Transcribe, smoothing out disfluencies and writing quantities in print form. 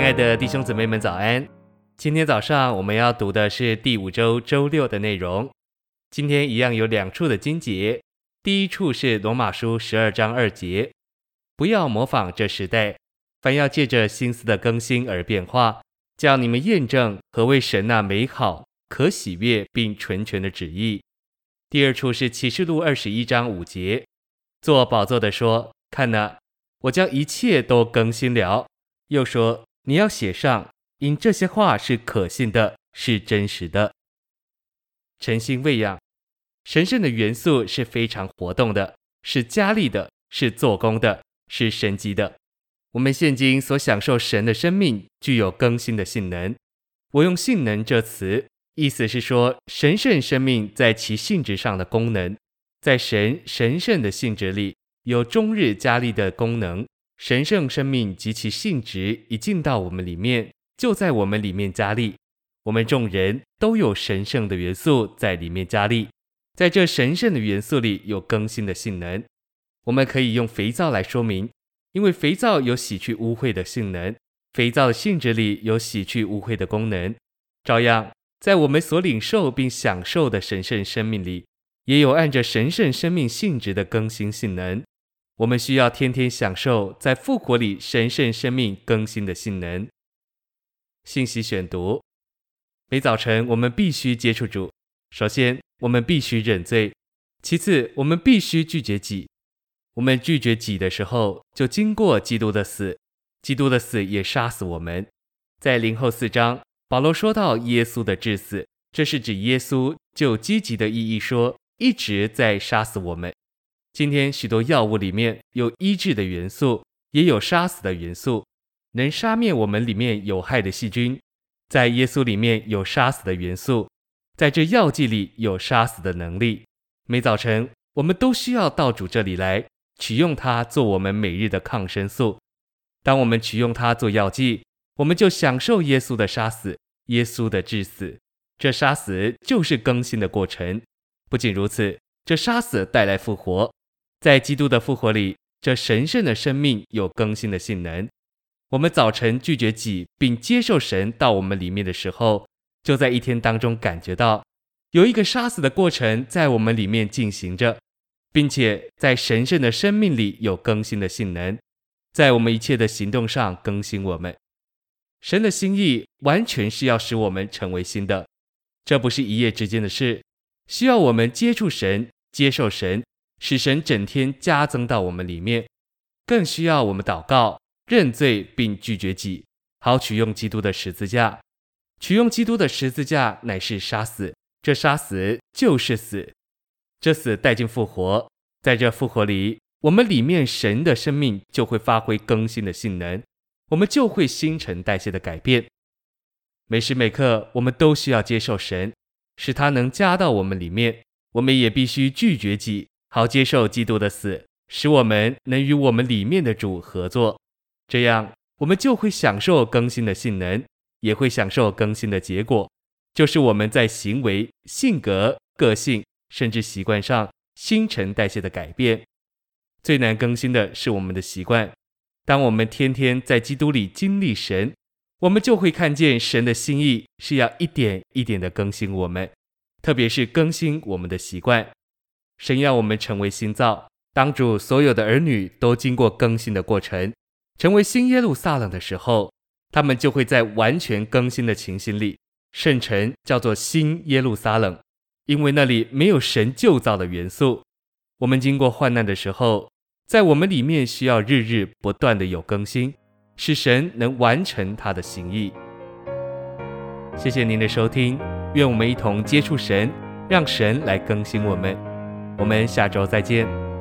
亲爱的弟兄姊妹们早安，今天早上我们要读的是第5周周6的内容。今天一样有2处的经节，第一处是罗马书12章2节，不要模仿这时代，反要借着心思的更新而变化，叫你们验证何为神那美好、可喜悦并纯全的旨意。第二处是启示录21章5节，坐宝座的说，看哪，我将一切都更新了。又说，你要写上，因这些话是可信的，是真实的。诚心喂养，神圣的元素是非常活动的，是加力的，是做工的，是生机的。我们现今所享受神的生命具有更新的性能。我用性能这词，意思是说神圣生命在其性质上的功能，在神神圣的性质里有终日加力的功能。神圣生命及其性质一进到我们里面，就在我们里面加力。我们众人都有神圣的元素在里面加力，在这神圣的元素里有更新的性能。我们可以用肥皂来说明，因为肥皂有洗去污秽的性能，肥皂的性质里有洗去污秽的功能。照样，在我们所领受并享受的神圣生命里，也有按着神圣生命性质的更新性能。我们需要天天享受在复活里神圣生命更新的性能。信息选读，每早晨我们必须接触主。首先，我们必须认罪；其次，我们必须拒绝己。我们拒绝己的时候，就经过基督的死，基督的死也杀死我们。在林后4章，保罗说到耶稣的致死，这是指耶稣就积极的意义说，一直在杀死我们。今天许多药物里面有医治的元素，也有杀死的元素，能杀灭我们里面有害的细菌。在耶稣里面有杀死的元素，在这药剂里有杀死的能力。每早晨我们都需要到主这里来，取用它做我们每日的抗生素。当我们取用它做药剂，我们就享受耶稣的杀死，耶稣的致死。这杀死就是更新的过程。不仅如此，这杀死带来复活。在基督的复活里，这神圣的生命有更新的性能。我们早晨拒绝己并接受神到我们里面的时候，就在一天当中感觉到有一个杀死的过程在我们里面进行着，并且在神圣的生命里有更新的性能，在我们一切的行动上更新我们。神的心意完全是要使我们成为新的，这不是一夜之间的事，需要我们接触神，接受神，使神整天加增到我们里面，更需要我们祷告、认罪并拒绝己，好取用基督的十字架。取用基督的十字架乃是杀死，这杀死就是死，这死带进复活。在这复活里，我们里面神的生命就会发挥更新的性能，我们就会新陈代谢的改变。每时每刻我们都需要接受神，使他能加到我们里面。我们也必须拒绝己，好接受基督的死，使我们能与我们里面的主合作。这样我们就会享受更新的性能，也会享受更新的结果，就是我们在行为、性格、个性甚至习惯上新陈代谢的改变。最难更新的是我们的习惯。当我们天天在基督里经历神，我们就会看见神的心意是要一点一点的更新我们，特别是更新我们的习惯。神要我们成为新造，当主所有的儿女都经过更新的过程，成为新耶路撒冷的时候，他们就会在完全更新的情形里，圣城叫做新耶路撒冷，因为那里没有神旧造的元素。我们经过患难的时候，在我们里面需要日日不断的有更新，使神能完成他的心意。谢谢您的收听，愿我们一同接触神，让神来更新我们。我们下周再见。